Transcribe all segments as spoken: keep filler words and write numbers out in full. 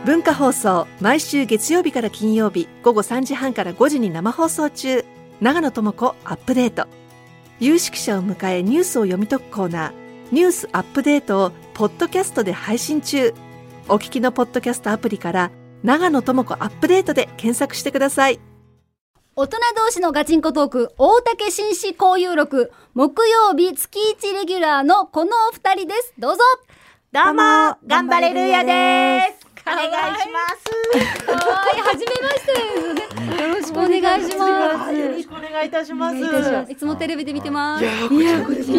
文化放送、毎週月曜日から金曜日午後さんじはんからごじに生放送中。長野智子アップデート。有識者を迎えニュースを読み解くコーナー、ニュースアップデートをポッドキャストで配信中。お聞きのポッドキャストアプリから長野智子アップデートで検索してください。 大人同士のガチンコトーク、大竹紳士交友録、木曜日月いちレギュラーのこのお二人です。どうぞ。 どうも頑張れルーヤです。お願いします。 はい、はじめましてですね。よろしくお願いします。 よろしくお願いいたします。 いつもテレビで見てます。 いやこちらこそ。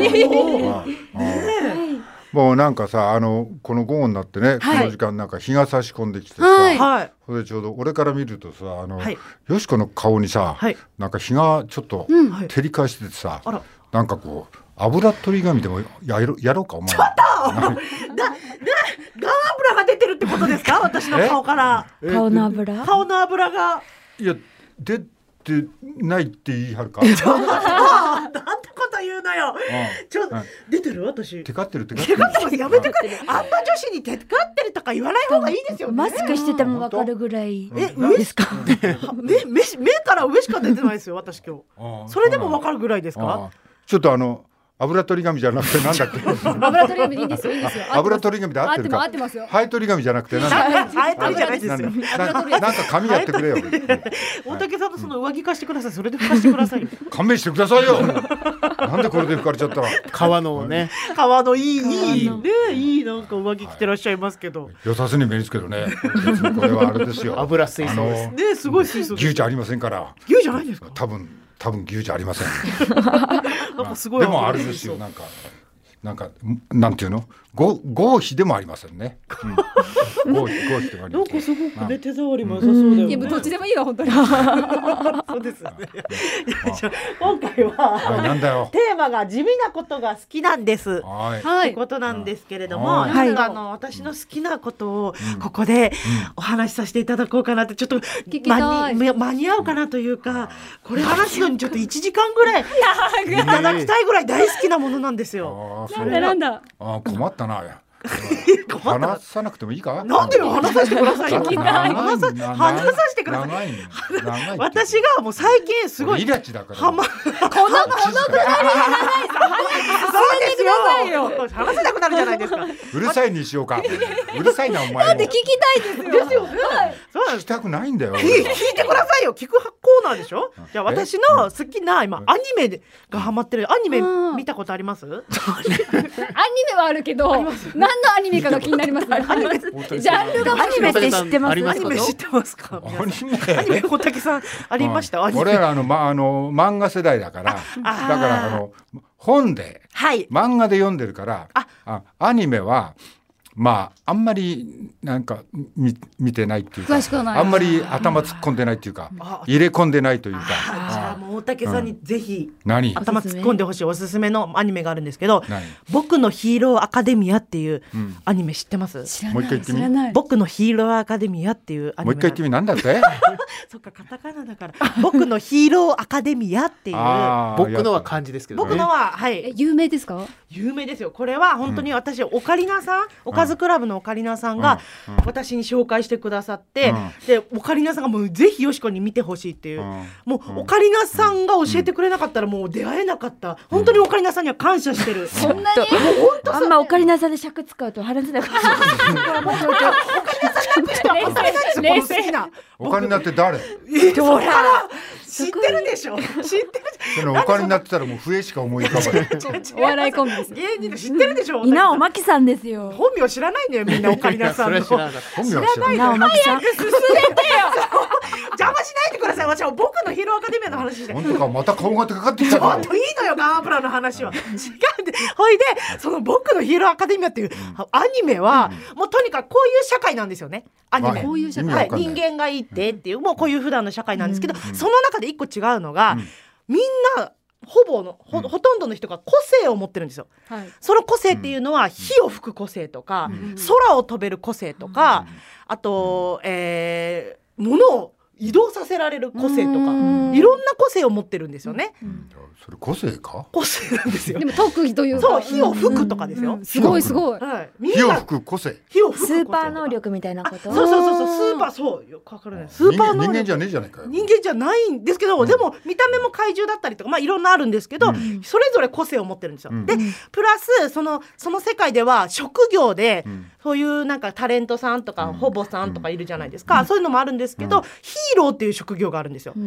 もうなんかさ、あのこの午後になってね、 はい、 この時間なんか日が差し込んできてさ、 はい、 それでちょうど俺から見るとさ、あの、 はい、 よしこの顔にさ、はい、なんか日がちょっと照り返しててさ、うん、なんかこう油取り紙でも や, ろやろうかお前。 ちょっとだだガン油が出てるってことですか？私の顔から顔の油顔の油がいや出てないって言い張るか。 なんてこと言うのよ。ちょっと出てる私。 テカってるテカってる。テカってます。やめてくれ。あんな女子にテカってるとか言わない方がいいですよね。 マスクしててもわかるぐらい。 え、上ですか？目目目から上しか出てないですよ私今日。それでもわかるぐらいですか？ ちょっとあの。油取り紙じゃなくてなんだっけ？ 油取り紙でいいんですよ、いいんですよ。 油取り紙で合ってるか？ 合ってますよ。 ハエ取り紙じゃなくてなんだ？ ハエ取りじゃないですよ。 なんか紙やってくれよ。 大竹さんとその上着貸してください。それで拭かしてください。 勘弁してくださいよ。なんでこれで拭かれちゃったら。 革のね。 革のいいいいねいいなんか上着着てらっしゃいますけど。 よさすに目につけどね。これはあれですよ。 油水槽です。 ねすごい水槽。 牛じゃありませんから。 牛じゃないですか？ 多分。多分牛じゃありません。 なんかすごい。 でもあれですよ、なんかなんかなんていうの、ご合皮でもありませんね。うん、合皮合皮でもありません。 なんかすごくね手触りも良さそうだよね。 いやどっちでもいいわ本当に。 そうですね。今回は、 はい、なんだよ。 テーマが地味なことが好きなんです。はい。ということなんですけれども、はい、あの私の好きなことをここでお話しさせていただこうかなって、ちょっと間に間に合うかなというか、これ話すのにちょっといちじかんぐらいいただきたいぐらい大好きなものなんですよ。 なんだなんだ。 あ困ったな。話さなくてもいいか？ なんでよ、話させてくださいよ。 話さ話させてください。私がもう最近すごいイラチだからはまこのこのくだりいらないです。そうですよ。話せなくなるじゃないですか。 うるさいにしようか。うるさいなお前も。 なんで聞きたいですよ。 ですよね。 そうなんです。聞きたくないんだよ。 聞いてくださいよ。聞くコーナーでしょ。じゃあ私の好きな今アニメがハマってるアニメ見たことあります？アニメはあるけど、何のアニメかが気になります。アニメジャンルがアニメって知ってます？アニメ知ってますか？アニメアニメ小竹さんありました？ 俺らあのまあの漫画世代だから、だからあの本で漫画で読んでるから、あアニメはまああんまりなんか 見, 見てないっていうか、あんまり頭突っ込んでないっていうか、入れ込んでないというか。 じゃあもう大竹さんにぜひ、 うん、何頭突っ込んでほしいおすすめのアニメがあるんですけど、僕のヒーローアカデミアっていうアニメ知ってます？ 知らない。 もう一回言ってみ。 僕のヒーローアカデミアっていうアニメ。 もう一回言ってみ。なんだって？ そっかカタカナだから。僕のヒーローアカデミアっていう。 僕のは漢字ですけどね。 僕のははい有名ですか？ 有名ですよ。これは本当に私、うん、オカリナさん、おかずクラブのオカリナさんが私に紹介してくださって、うん、でオカリナさんがもうぜひよしこに見てほしいっていう、うん、もうオカリナさんが教えてくれなかったらもう出会えなかった、うん、本当にオカリナさんには感謝してる、うん、 そんなにあんまオカリナさんで尺使うと話せなくなる。オカリナさんに役しては分からないですよ。好きなオカリナって誰？ ほら知ってるでしょ。知ってる。 そのオカリナって言ったらもう笛しか思い浮かばない。 お笑いコンビです。 芸人で知ってるでしょ。 稲尾真紀さんですよ。 本名知らないんだよみんなオカリナさんの。 本名知らない。 稲尾真紀さん。 進めてよ。邪魔しないでください。私は僕のヒーローアカデミアの話して。 本当か、また顔がかかってきたか。 本当いいのよガープラの話は。違うんで、ほいでその僕のヒーローアカデミアっていうアニメは、うん、もうとにかくこういう社会なんですよね。アニメ。こういう社会。はい、人間がいてっていう、もうこういう普段の社会なんですけど、うん、その中で一個違うのが、うん、みんなほぼの ほ, ほとんどの人が個性を持ってるんですよ、はい、その個性っていうのは火を吹く個性とか、うん、空を飛べる個性とか、うん、あと、えー、物を移動させられる個性とかいろんな個性を持ってるんですよね、うん、 それ個性か個性なんですよ。 でも特技というかそう火を吹くとかですよ、うんうん、 すごいすごい、 はい、 火を吹く個性火を吹くスーパー能力みたいなこと。 そうそうそうそうスーパーそうよくわかるねスーパー能力人間じゃねえじゃないかよ。 人間じゃないんですけど、うん、でも見た目も怪獣だったりとかまあいろんなあるんですけど、うん、それぞれ個性を持ってるんですよ、うん、でプラスそのその世界では職業で、うん、そういうなんかタレントさんとか、うん、ホボさんとかいるじゃないですか、うん、そういうのもあるんですけど、うん、ヒーローっていう職業があるんですよ、うん、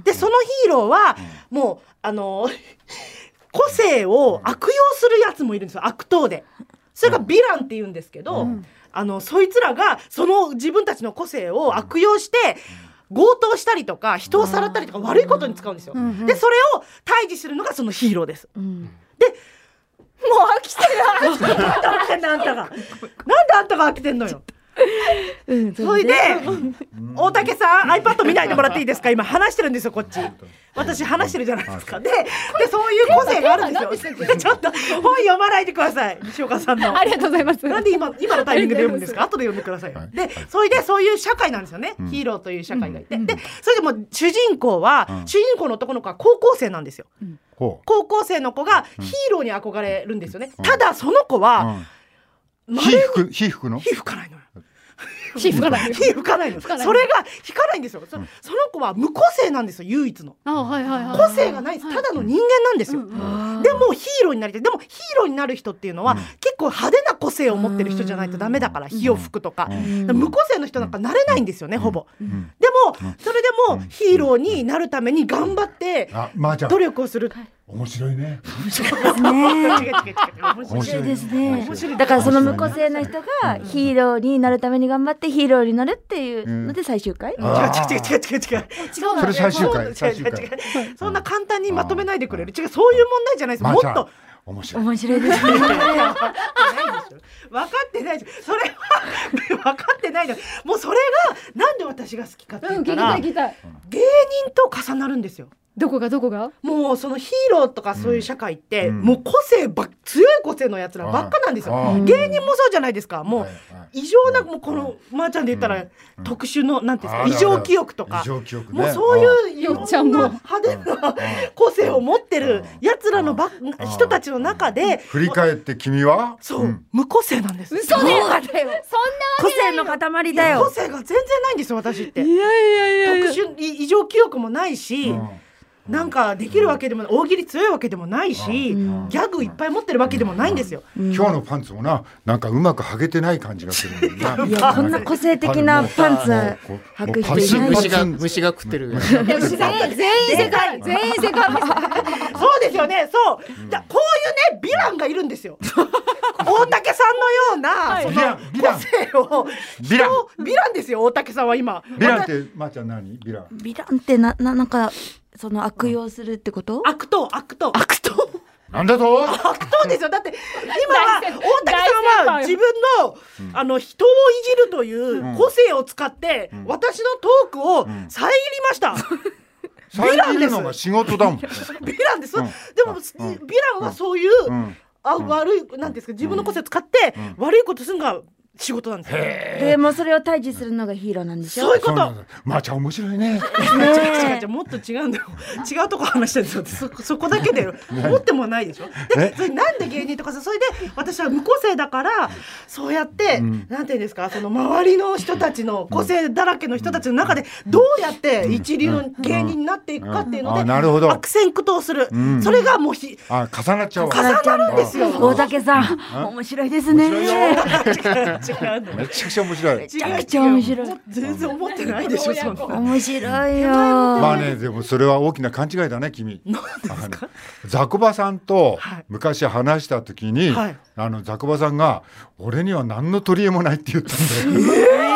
でそのヒーローは、うん、もうあの個性を悪用するやつもいるんですよ悪党で。それがヴィランって言うんですけど、うん、あのそいつらがその自分たちの個性を悪用して強盗したりとか人をさらったりとか悪いことに使うんですよ、うん、でそれを退治するのがそのヒーローです、うん、でもう飽きてるなんで飽きてんのあんたがなんであんたが飽きてんのようん、それで大竹さん iPad 見ないでもらっていいですか今話してるんですよこっち私話してるじゃないですかで, でそういう個性があるんですよちょっと本読まないでください西岡さんのありがとうございます。 なんで 今, 今のタイミングで読むんですか後で読んでください、はい、でそれでそういう社会なんですよね、うん、ヒーローという社会がいて、うん、でそれでも主人公は、うん、主人公の男の子は高校生なんですよ、うん、高校生の子がヒーローに憧れるんですよね、うん、ただその子は、 うん、火吹く火吹くの火吹かないのよ火吹かない火吹かないのそれが引かないんですよ そ, その子は無個性なんですよ唯一のあ、はいはいはい、個性がないですただの人間なんですよ、うんうん、でもヒーローになりたいでもヒーローになる人っていうのは、うん、結構派手な個性を持ってる人じゃないとダメだから、うん、火を吹くとか、うん、無個性の人なんかなれないんですよね、うん、ほぼ、うん、でもそれでもヒーローになるために頑張って努力をする、 面白いね。 面白いですね。面白いですね。だからその無個性な人がヒーローになるために頑張ってヒーローになるっていうので最終回。違う違う違う違う違う。 それ最終回。最終回。 そんな簡単にまとめないでくれる。違うそういう問題じゃないです。もっと面白い。 面白いですね。 分かってないでしょ。それは分かってないで。もうそれがなんで私が好きかって言ったら、芸人と重なるんですよ。 どこがどこがもうそのヒーローとかそういう社会って、うん、もう個性ば強い個性のやつらばっかなんですよ、うん、芸人もそうじゃないですかもう異常なもうこのまーちゃんで言ったら、うん、特殊のなんていうんですか異常記憶とか、ね、もうそういういろんな派手な個性を持ってるやつらのば人たちの中で振り返って君はそう、うん、無個性なんです。 嘘だよそんなわけ個性の塊だよ。 個性が全然ないんですよ私って。 いやいやいやいや特殊異常記憶もないし、うんなんかできるわけでもない大喜利強いわけでもないし、うん、ギャグいっぱい持ってるわけでもないんですよ、 うん、今日のパンツもななんかうまく剥げてない感じがするんだいやこんな個性的なパンツ履く人いない。 虫が虫が食ってる全員世界全員世界そうですよねそう、だこういうねヴィランがいるんですよ大竹さんのような、はい、その個性をヴィランヴィランですよ大竹さんは今。 ヴィランってまーちゃん何ヴィランヴィランってなななんかその悪用するってこと？ 悪党悪党悪党なんだと悪党ですよ。だって今は大竹さんは自分の、うん、あの人をいじるという個性を使って、うん、私のトークを遮りました、うん遮るのが仕事だもん。 ヴィランです、うん、でも、うん、ヴィランはそういう、うん、あ悪いなんですか自分の個性を使って、うん、悪いことするのが仕事なんですよ。 でもそれを退治するのがヒーローなんでしょ。 そういうこと。 まあちゃん面白いね。 違う違う違うもっと違うんだよ。違うとこ話してるんですよ。そ, そこだけで思ってもないでしょ。でそれなんで芸人とかさそれで私は無個性だからそうやって、うん、なんていうんですかその周りの人たちの個性だらけの人たちの中でどうやって一流の芸人になっていくかっていうので、うんうんうん、悪戦苦闘する、うん、それがもうひあ重なっちゃうわ。 重なるんですよ。 大竹さん面白いですね。 めちゃくちゃ面白い。 めちゃくちゃ面白い。 全然思ってないでしょ。そんな面白いよ。 まあねでもそれは大きな勘違いだね君。 何ですか？ ザコバさんと昔話した時に、はい、あのザコバさんが俺には何の取り柄もないって言ったんだよ。えー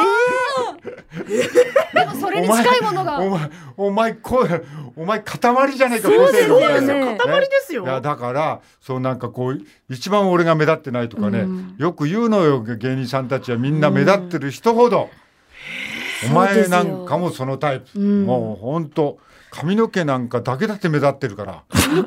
でもそれに近いものがお前お前こうお前塊じゃねえか。 そうですよね。塊ですよ。 いやだからそうなんかこう一番俺が目立ってないとかね、うん、よく言うのよ芸人さんたちはみんな目立ってる人ほど、うん、お前なんかもそのタイプ、うん、もうほんと髪の毛なんかだけだって目立ってるから。 髪の毛だけで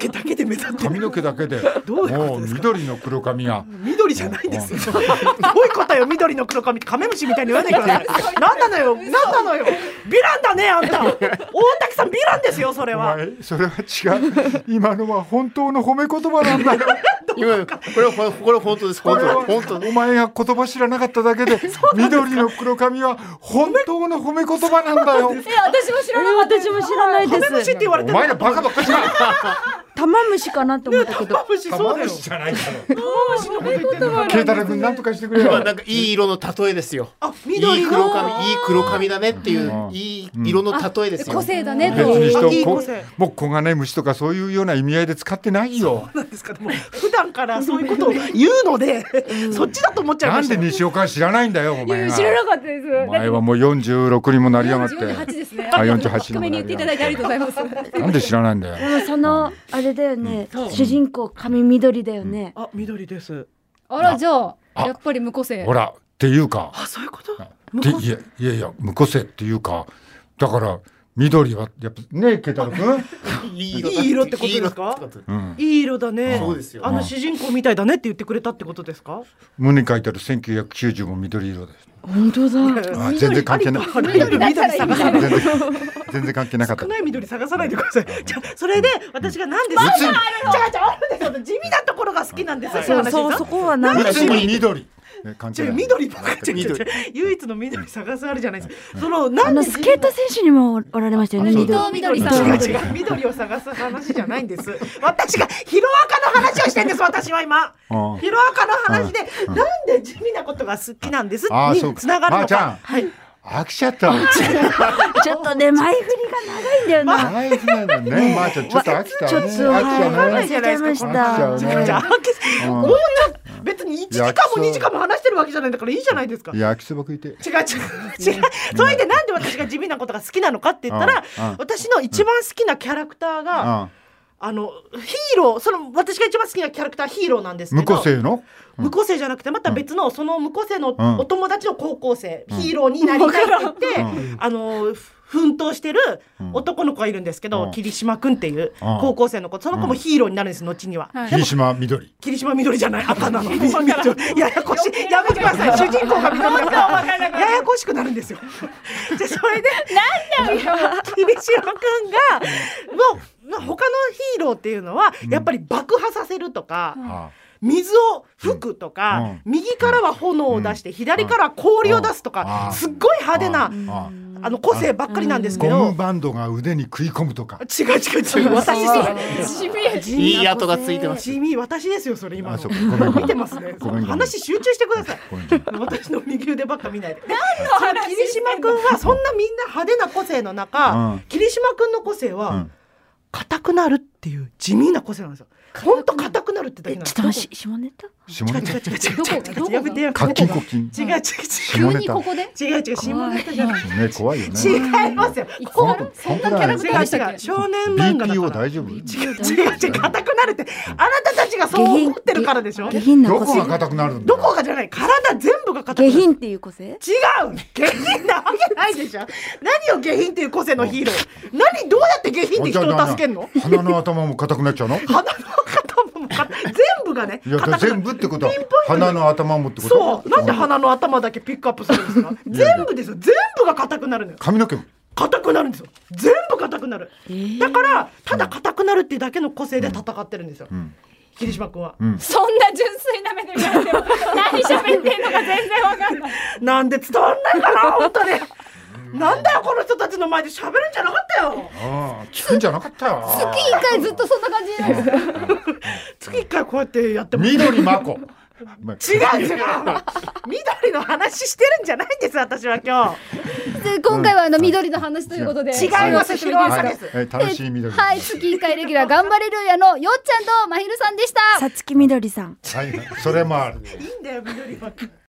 で目立って髪の毛だけでどういうことですか。 緑の黒髪が緑じゃないですよ。どういうことよ緑の黒髪ってカメムシみたいに言わないでください。なんなのよなんなのよヴィランだねあんた。大竹さんヴィランですよそれは。 お前それは違う。今のは本当の褒め言葉なんだよ。 今これはこれは本当です本当本当。 お前が言葉知らなかっただけで緑の黒髪は本当の褒め言葉なんだよ。 え私も知らない。 私も知らないです。 カメムシって言われてる。 お前らバカばっかりじゃん。 玉虫かなと思ったけど。 玉虫そうだよ。 玉虫じゃないだろ。 玉虫のこと言ってる。 慶太郎君なんとかしてくれよ。 なんかいい色の例えですよ。 あ緑いい黒の髪いい黒髪だねっていううんいい色の例えですよ。 個性だね別と。 に人こいい個性もう黄金虫とかそういうような意味合いで使ってないよ。 なんですか。でも普段からそういうことを言うのでそっちだと思っちゃいなんましたよ。 で西岡は知らないんだよおい前が。 や知らなかったです。 お前はもうよんじゅうろくにもなりやがって。 よんじゅうはちですね。 あよんじゅうはち低めに言っていただいてありがとうございます。 なんで知らないんだよ。 でもそのあれだよね。主人公髪緑だよね。 あ緑です。 あらじゃああやっぱり無個性。 ほらっていうかあそういうこと。 でいやいやいや無個性っていうかだから緑はやっぱね慶太郎君。 いいい色ってことですか。 うんいい色だね。 そうですよあの主人公みたいだねって言ってくれたってことですか。 胸に書いてあるせんきゅうひゃくきゅうじゅうご緑色です。 本当だ。 あ全然関係ない。 緑緑探さない。 全然全然関係なかった少。ない緑探さないでください。じゃあそれで私がなんで。じゃあじゃああるんですよ。地味なところが好きなんですよ。 そうそうそこはなんだ。 別に緑。関係じゃあない。 緑ばっかり。唯一の緑探すあるじゃないですか。そのなんであのスケート選手にもおられましたよね。 伊藤みどりさん。 違う違う緑を探す話じゃないんです。私がヒロアカの話をしてるんです。私は今うんヒロアカの話でなんで地味なことが好きなんですあーそうかにつながるのまーちゃんか。はい飽きちゃった。 ちょっとね前振りが長いんだよな。 大事なんだね。まーちゃんちょっと飽きたね。 ちょっと飽きちゃはいね。 忘れちゃいまし飽きちゃた。 うねじゃあうんもうちょっと別にいちじかんもにじかんも話してるわけじゃないんだからいいじゃないですか。 いや焼きそば食いて。 違う違う違う。それでなんで私が地味なことが好きなのかって言ったらうんうん私の一番好きなキャラクターがああのヒーローその私が一番好きなキャラクターはヒーローなんですけど無個性の？ 無個性じゃなくてまた別のその無個性のうんお友達の高校生、ヒーローになりたいって言って、 うんあの奮闘してる男の子がいるんですけど、 うん霧島くんっていう高校生の子その子もヒーローになるんです後には、 はい霧島緑。 霧島緑じゃない赤なのややこしいやめてください主人公が緑だからややこしくなるんですよじゃそれでなんだよ霧島くんがの他のヒーローっていうのはやっぱり爆破させるとか、 あ水を吹くとか、 うん右からは炎を出して、うん、左からは氷を出すとか、 うん、 すっごい派手な、 ああの個性ばっかりなんですけど、 ゴムバンドが腕に食い込むとか。 違う違う違う私地味いい跡がついてます。 地味私ですよそれ今のあそうごめんごめん見てますねごめんごめん話集中してくださいごめんごめん私の右腕ばっか見ないで何の話霧島くんはそんなみんな派手な個性の中、 うん霧島くんの個性は、 うん硬くなるっていう地味な個性なんですよほんと硬くなるってだけなんですちょっとし下ネタ下ネ違う違う違う違う違う違うやめてやめてタ。カキコキン。 違う違う違う急にここで違う違う下ネタじゃないね怖いよね。 違いますよそんなそんなキャラクターでした違う違っけ。 う少年漫画だビーピーオから大丈夫？ 違う違う違う硬くなるってあなたたちがそう思ってるからでしょ下品な個性どこが硬くなるんだどこがじゃない体全部が硬くなる下品っていう個性違う下品なわけないでしょ何を下品っていう個性のヒーロー何どうやって下品で人を助けんの鼻の頭も硬くなっちゃうの？ 鼻の頭もか全部がねいや硬くなる全部ってことはピンポイント鼻の頭もってこと？ そうなんで鼻の頭だけピックアップするんですか全部ですよ全部が硬くなるのよ髪の毛も硬くなるんですよ全部硬くなる、えー、だからただ硬くなるっていうだけの個性で戦ってるんですよ、うん霧島くんは、 うん、 そんな純粋な目で見られても何喋ってんのか全然わかんないなんで伝わんないかな本当になんだよこの人たちの前で喋るんじゃなかったよああ聞くんじゃなかったよ月一回ずっとそんな感じなんです月一回こうやってやっても緑真子違う違う緑の話してるんじゃないんです私は今日で今回はあの緑の話ということで、 違いますヒロアカです、 はい、楽しい緑はい、月いっかいレギュラー頑張れるやのよっちゃんとまひるさんでした。 さつきみどりさんはい、それもあるいいんだよ緑は